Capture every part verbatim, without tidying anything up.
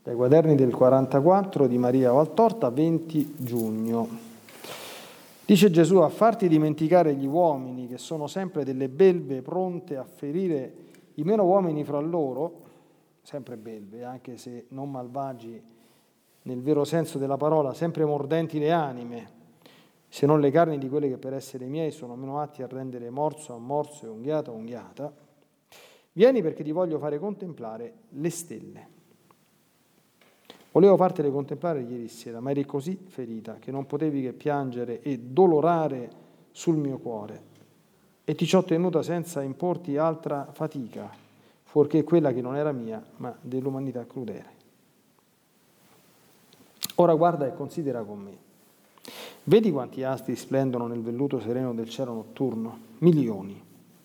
Dai quaderni del quarantaquattro di Maria Valtorta, venti giugno. Dice Gesù: a farti dimenticare gli uomini, che sono sempre delle belve pronte a ferire i meno uomini fra loro, sempre belve, anche se non malvagi nel vero senso della parola, sempre mordenti le anime, se non le carni di quelle che per essere miei sono meno atti a rendere morso a morso e unghiata a unghiata. Vieni perché ti voglio fare contemplare le stelle. Volevo fartele contemplare ieri sera, ma eri così ferita che non potevi che piangere e dolorare sul mio cuore, e ti ci ho tenuta senza importi altra fatica, fuorché quella che non era mia, ma dell'umanità crudele. Ora guarda e considera con me. Vedi quanti astri splendono nel velluto sereno del cielo notturno? Milioni.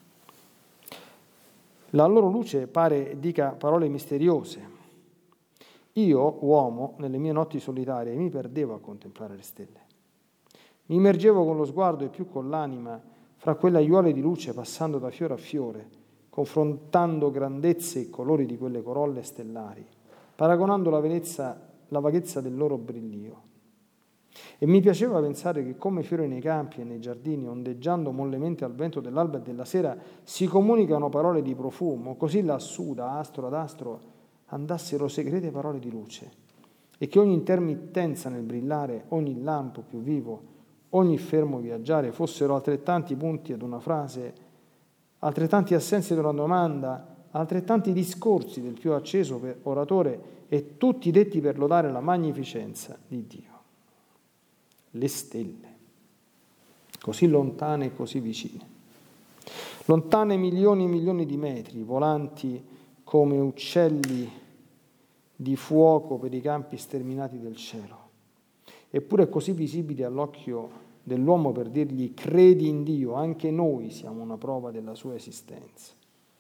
La loro luce pare dica parole misteriose. Io, uomo, nelle mie notti solitarie, mi perdevo a contemplare le stelle. Mi immergevo con lo sguardo e più con l'anima fra quelle aiuole di luce, passando da fiore a fiore, confrontando grandezze e colori di quelle corolle stellari, paragonando la, venezza, la vaghezza del loro brillio. E mi piaceva pensare che come fiori nei campi e nei giardini, ondeggiando mollemente al vento dell'alba e della sera, si comunicano parole di profumo, così lassù, da astro ad astro, andassero segrete parole di luce, e che ogni intermittenza nel brillare, ogni lampo più vivo, ogni fermo viaggiare fossero altrettanti punti ad una frase, altrettanti assensi ad una domanda, altrettanti discorsi del più acceso oratore, e tutti detti per lodare la magnificenza di Dio. Le stelle, così lontane e così vicine, lontane milioni e milioni di metri, volanti come uccelli di fuoco per i campi sterminati del cielo, eppure così visibili all'occhio dell'uomo per dirgli: credi in Dio, anche noi siamo una prova della sua esistenza.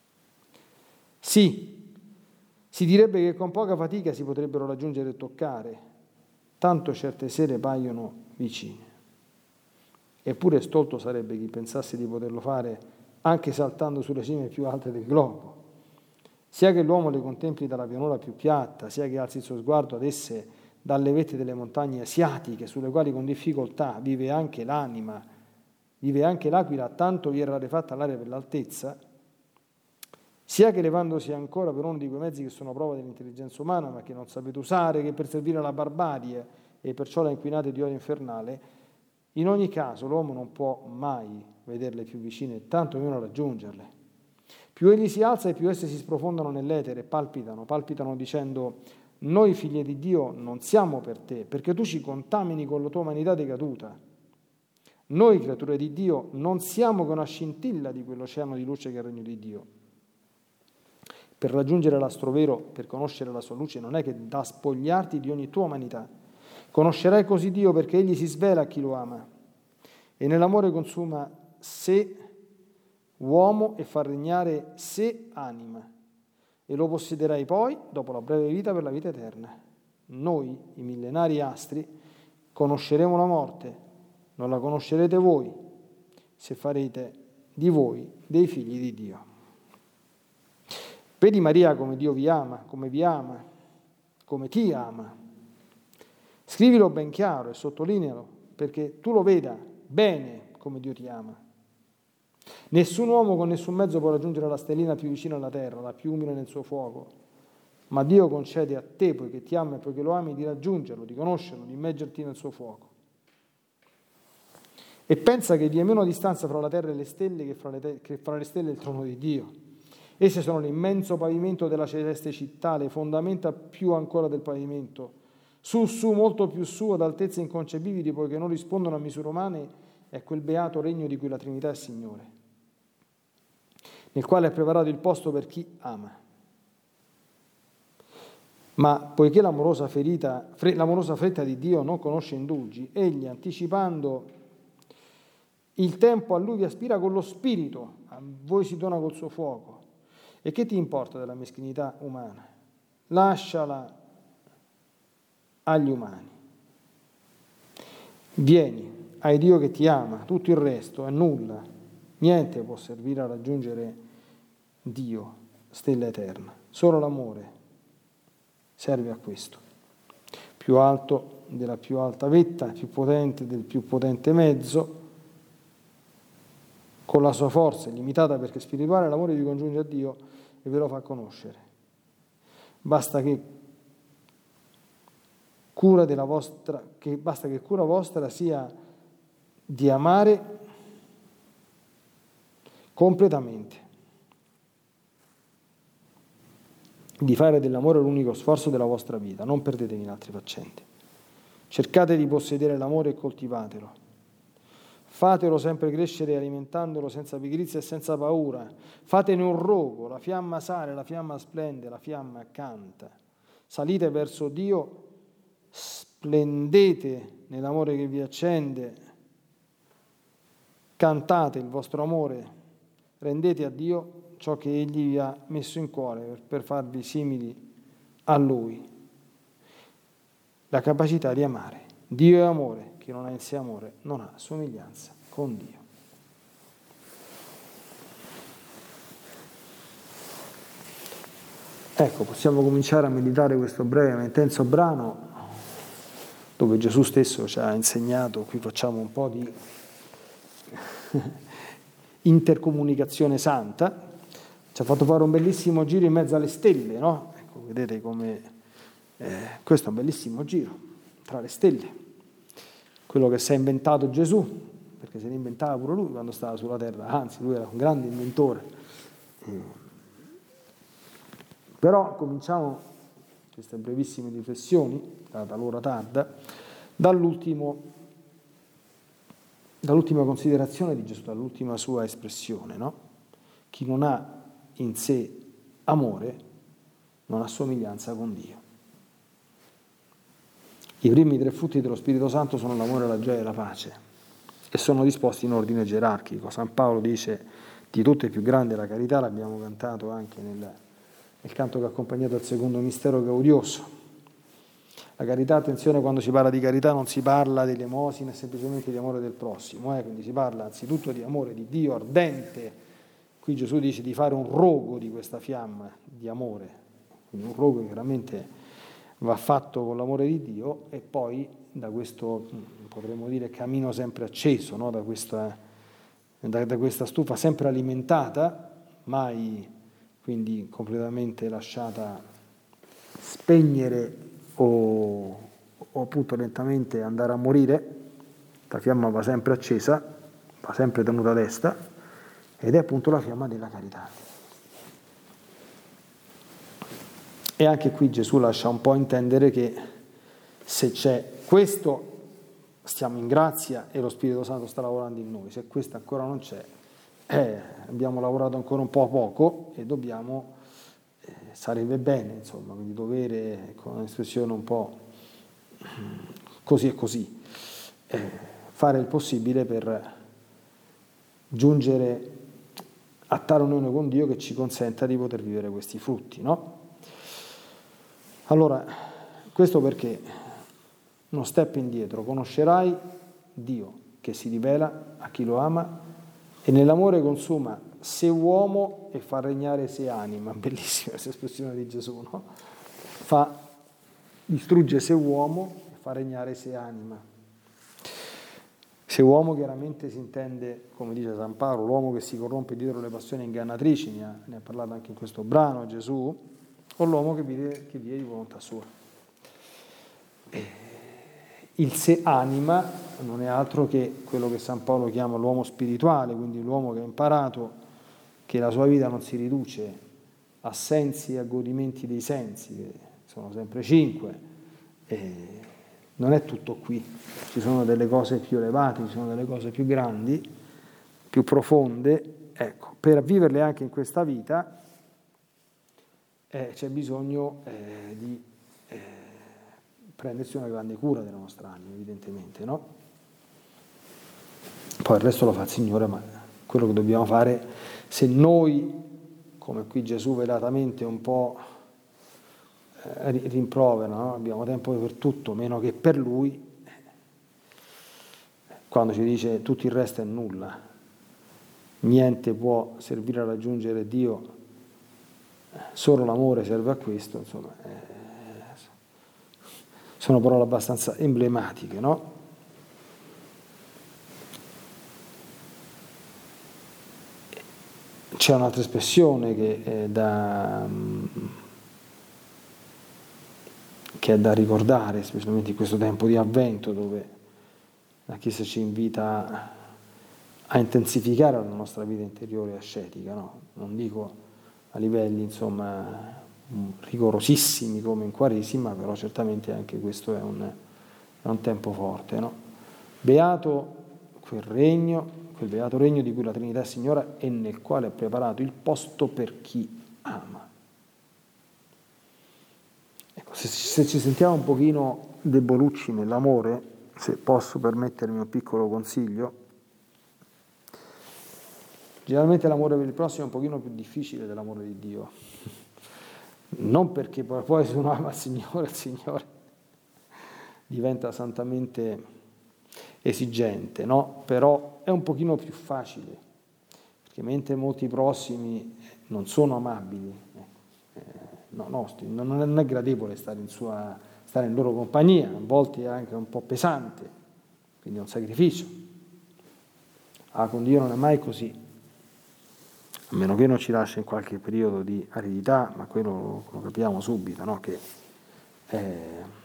Sì, si direbbe che con poca fatica si potrebbero raggiungere e toccare, tanto certe sere paiono vicine. Eppure stolto sarebbe chi pensasse di poterlo fare anche saltando sulle cime più alte del globo. Sia che l'uomo le contempli dalla pianura più piatta, sia che alzi il suo sguardo ad esse dalle vette delle montagne asiatiche, sulle quali con difficoltà vive anche l'anima, vive anche l'aquila, tanto vi è rarefatta l'aria per l'altezza, sia che levandosi ancora per uno di quei mezzi che sono prova dell'intelligenza umana, ma che non sapete usare che per servire alla barbarie e perciò la inquinate di odio infernale, in ogni caso l'uomo non può mai vederle più vicine, tanto meno raggiungerle. Più egli si alza e più esse si sprofondano nell'etere, palpitano, palpitano dicendo: noi figli di Dio non siamo per te, perché tu ci contamini con la tua umanità decaduta. Noi, creature di Dio, non siamo che una scintilla di quell'oceano di luce che è il regno di Dio. Per raggiungere l'astro vero, per conoscere la sua luce, non è che da spogliarti di ogni tua umanità. Conoscerai così Dio perché egli si svela a chi lo ama e nell'amore consuma sé uomo e fa regnare sé anima, e lo possederai poi, dopo la breve vita, per la vita eterna. Noi, i millenari astri, conosceremo la morte, non la conoscerete voi, se farete di voi dei figli di Dio. Vedi Maria come Dio vi ama, come vi ama, come ti ama. Scrivilo ben chiaro e sottolinealo, perché tu lo veda bene come Dio ti ama. Nessun uomo con nessun mezzo può raggiungere la stellina più vicina alla terra, la più umile nel suo fuoco, ma Dio concede a te, poiché ti ama e poiché lo ami, di raggiungerlo, di conoscerlo, di immergerti nel suo fuoco. E pensa che vi è meno distanza fra la terra e le stelle che fra le, te- che fra le stelle e il trono di Dio. Esse sono l'immenso pavimento della celeste città, le fondamenta più ancora del pavimento, su, su, molto più su, ad altezze inconcepibili, poiché non rispondono a misure umane, è quel beato regno di cui la Trinità è Signore, nel quale è preparato il posto per chi ama. Ma poiché l'amorosa, ferita, fre, l'amorosa fretta di Dio non conosce indugi, egli, anticipando il tempo, a lui vi aspira con lo spirito, a voi si dona col suo fuoco. E che ti importa della meschinità umana? Lasciala agli umani. Vieni, hai Dio che ti ama, tutto il resto è nulla, niente può servire a raggiungere Dio, stella eterna, solo l'amore serve a questo. Più alto della più alta vetta, più potente del più potente mezzo, con la sua forza illimitata perché spirituale, l'amore vi congiunge a Dio e ve lo fa conoscere. Basta che cura della vostra, che basta che cura vostra sia di amare completamente, di fare dell'amore l'unico sforzo della vostra vita, non perdetevi in altre faccende. Cercate di possedere l'amore e coltivatelo. Fatelo sempre crescere alimentandolo senza pigrizia e senza paura. Fatene un rogo, la fiamma sale, la fiamma splende, la fiamma canta. Salite verso Dio, splendete nell'amore che vi accende, cantate il vostro amore, rendete a Dio ciò che Egli vi ha messo in cuore per, per farvi simili a Lui. La capacità di amare. Dio è amore, chi non ha in sé amore non ha somiglianza con Dio. Ecco, possiamo cominciare a meditare questo breve ma intenso brano dove Gesù stesso ci ha insegnato, qui facciamo un po' di intercomunicazione santa, ci ha fatto fare un bellissimo giro in mezzo alle stelle, no? Ecco, vedete come eh, questo è un bellissimo giro tra le stelle, quello che si è inventato Gesù, perché se ne inventava pure lui quando stava sulla terra, anzi lui era un grande inventore. Eh, però cominciamo queste brevissime riflessioni, data l'ora tarda, dall'ultimo, dall'ultima considerazione di Gesù, dall'ultima sua espressione, no? Chi non ha in sé amore non ha somiglianza con Dio. I primi tre frutti dello Spirito Santo sono l'amore, la gioia e la pace e sono disposti in ordine gerarchico. San Paolo dice di tutte è più grande la carità, l'abbiamo cantato anche nel, nel canto che ha accompagnato il secondo mistero gaudioso. La carità, attenzione, quando si parla di carità non si parla dell'elemosina, è semplicemente di amore del prossimo, eh? Quindi si parla anzitutto di amore di Dio ardente. Qui Gesù dice di fare un rogo di questa fiamma di amore, quindi un rogo che veramente va fatto con l'amore di Dio e poi da questo, potremmo dire, cammino sempre acceso, no? da, questa, da, da questa stufa sempre alimentata, mai quindi completamente lasciata spegnere o, o appunto lentamente andare a morire, la fiamma va sempre accesa, va sempre tenuta a testa ed è appunto la fiamma della carità. E anche qui Gesù lascia un po' intendere che se c'è questo stiamo in grazia e lo Spirito Santo sta lavorando in noi, se questo ancora non c'è eh, abbiamo lavorato ancora un po' poco e dobbiamo, eh, sarebbe bene insomma, quindi dovere con un'espressione un po' così e così, eh, fare il possibile per giungere a tale unione con Dio che ci consenta di poter vivere questi frutti, no? Allora, questo perché uno step indietro, conoscerai Dio che si rivela a chi lo ama e nell'amore consuma sé uomo e fa regnare sé anima, bellissima questa espressione di Gesù, no? Fa, distrugge sé uomo e fa regnare sé anima. Se uomo chiaramente si intende, come dice San Paolo, l'uomo che si corrompe dietro le passioni ingannatrici, ne ha, ne ha parlato anche in questo brano Gesù, o l'uomo che vive, che vive di volontà sua. E il sé anima non è altro che quello che San Paolo chiama l'uomo spirituale, quindi l'uomo che ha imparato che la sua vita non si riduce a sensi e a godimenti dei sensi, che sono sempre cinque, e non è tutto qui, ci sono delle cose più elevate, ci sono delle cose più grandi, più profonde, ecco, per viverle anche in questa vita eh, c'è bisogno eh, di eh, prendersi una grande cura della nostra anima, evidentemente, no? Poi il resto lo fa il Signore, ma quello che dobbiamo fare, se noi, come qui Gesù velatamente un po' rimprovera, no? Abbiamo tempo per tutto, meno che per Lui, quando ci dice tutto il resto è nulla, niente può servire a raggiungere Dio, solo l'amore serve a questo, insomma, eh, sono parole abbastanza emblematiche, no? C'è un'altra espressione che è da, che è da ricordare, specialmente in questo tempo di Avvento, dove la Chiesa ci invita a intensificare la nostra vita interiore ascetica, no? Non dico a livelli, insomma, rigorosissimi come in Quaresima, però certamente anche questo è un, è un tempo forte, no? Beato quel regno, quel beato regno di cui la Trinità è Signora e nel quale ha preparato il posto per chi ama. Ecco, se, se ci sentiamo un pochino debolucci nell'amore, se posso permettermi un piccolo consiglio, generalmente l'amore per il prossimo è un pochino più difficile dell'amore di Dio. Non perché poi se uno ama il Signore, il Signore diventa santamente esigente, no? Però è un pochino più facile, perché mentre molti prossimi non sono amabili, eh, no, no, non è gradevole stare in, sua, stare in loro compagnia, a volte è anche un po' pesante, quindi è un sacrificio. Ah, con Dio non è mai così. A meno che non ci lascia in qualche periodo di aridità, ma quello lo capiamo subito, no? Che è,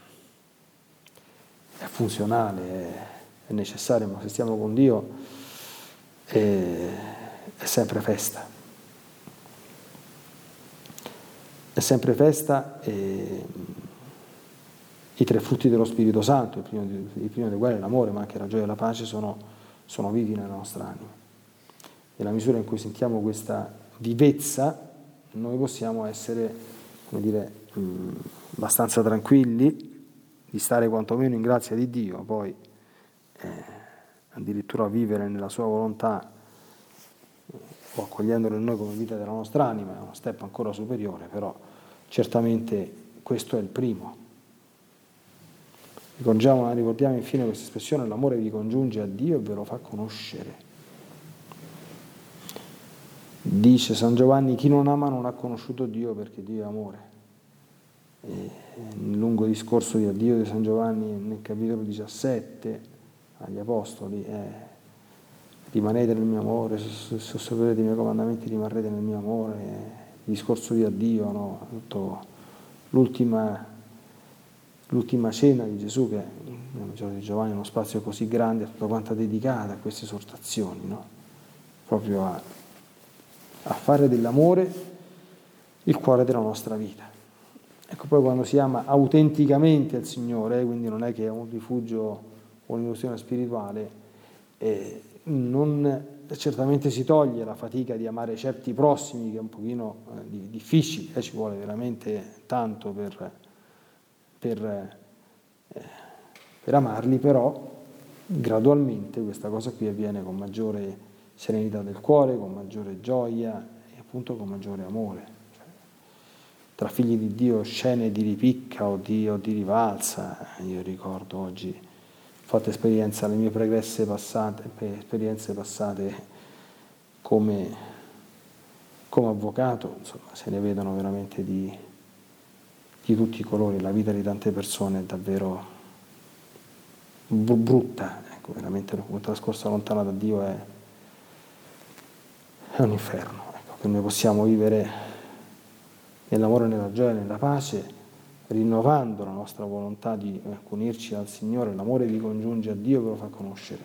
è funzionale, è, è necessario, ma se stiamo con Dio è, è sempre festa. È sempre festa e i tre frutti dello Spirito Santo, il primo, il primo dei quali è l'amore, ma anche la gioia e la pace, sono, sono vivi nella nostra anima. Nella misura in cui sentiamo questa vivezza, noi possiamo essere, come dire, mh, abbastanza tranquilli di stare quantomeno in grazia di Dio, poi eh, addirittura vivere nella sua volontà o accogliendolo in noi come vita della nostra anima è uno step ancora superiore, però certamente questo è il primo. Ricordiamo, ricordiamo infine questa espressione: l'amore vi congiunge a Dio e ve lo fa conoscere. Dice San Giovanni: chi non ama non ha conosciuto Dio, perché Dio è amore. E nel lungo discorso di addio di San Giovanni, nel capitolo diciassette, agli Apostoli, è: rimanete nel mio amore, se osserverete i miei comandamenti rimarrete nel mio amore. Il discorso di addio, no? Tutto, l'ultima, l'ultima cena di Gesù, che nel Vangelo di Giovanni è uno spazio così grande, tutta quanta dedicata a queste esortazioni, no? Proprio a a fare dell'amore il cuore della nostra vita. Ecco, poi quando si ama autenticamente il Signore, quindi non è che è un rifugio o un'illusione spirituale, eh, non, certamente si toglie la fatica di amare certi prossimi, che è un pochino eh, difficile, eh, ci vuole veramente tanto per, per, eh, per amarli, però gradualmente questa cosa qui avviene con maggiore serenità del cuore, con maggiore gioia e appunto con maggiore amore. Cioè, tra figli di Dio scene di ripicca o di, o di rivalsa. Io ricordo oggi, ho fatto esperienza, le mie pregresse passate, esperienze passate come, come avvocato, insomma, se ne vedono veramente di, di tutti i colori. La vita di tante persone è davvero brutta, ecco, veramente una trascorsa lontana da Dio è è un inferno, ecco, che noi possiamo vivere nell'amore, nella gioia, nella pace, rinnovando la nostra volontà di unirci al Signore. L'amore vi congiunge a Dio, ve lo fa conoscere.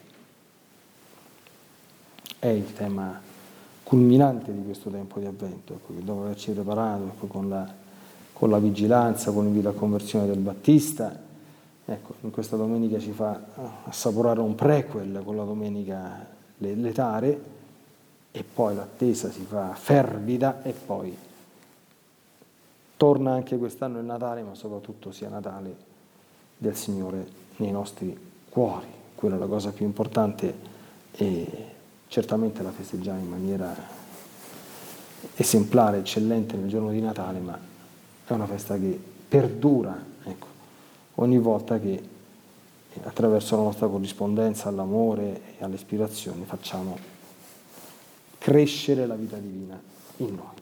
È il tema culminante di questo tempo di Avvento, ecco, che dopo averci preparato, ecco, con, la, con la vigilanza, con l'invito a conversione del Battista, ecco, in questa domenica ci fa assaporare un prequel con la domenica letare, e poi l'attesa si fa fervida e poi torna anche quest'anno il Natale, ma soprattutto sia Natale del Signore nei nostri cuori. Quella è la cosa più importante e certamente la festeggiamo in maniera esemplare, eccellente nel giorno di Natale, ma è una festa che perdura, ecco, ogni volta che attraverso la nostra corrispondenza all'amore e alle ispirazioni facciamo crescere la vita divina in noi.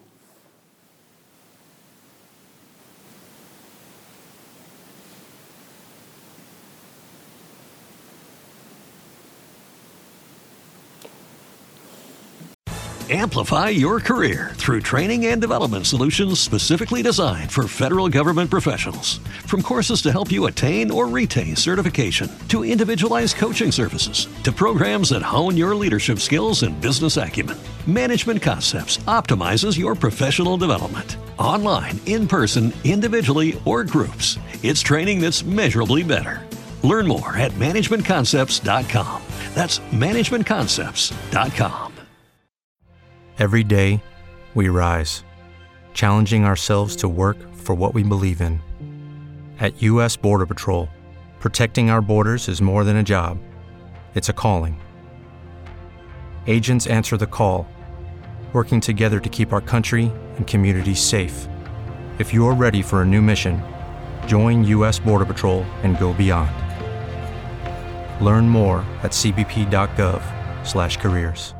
Amplify your career through training and development solutions specifically designed for federal government professionals. From courses to help you attain or retain certification, to individualized coaching services, to programs that hone your leadership skills and business acumen, Management Concepts optimizes your professional development. Online, in person, individually, or groups, it's training that's measurably better. Learn more at management concepts dot com. That's management concepts dot com. Every day, we rise, challenging ourselves to work for what we believe in. At U S Border Patrol, protecting our borders is more than a job. It's a calling. Agents answer the call, working together to keep our country and communities safe. If you're ready for a new mission, join U S Border Patrol and go beyond. Learn more at c b p dot gov slash careers.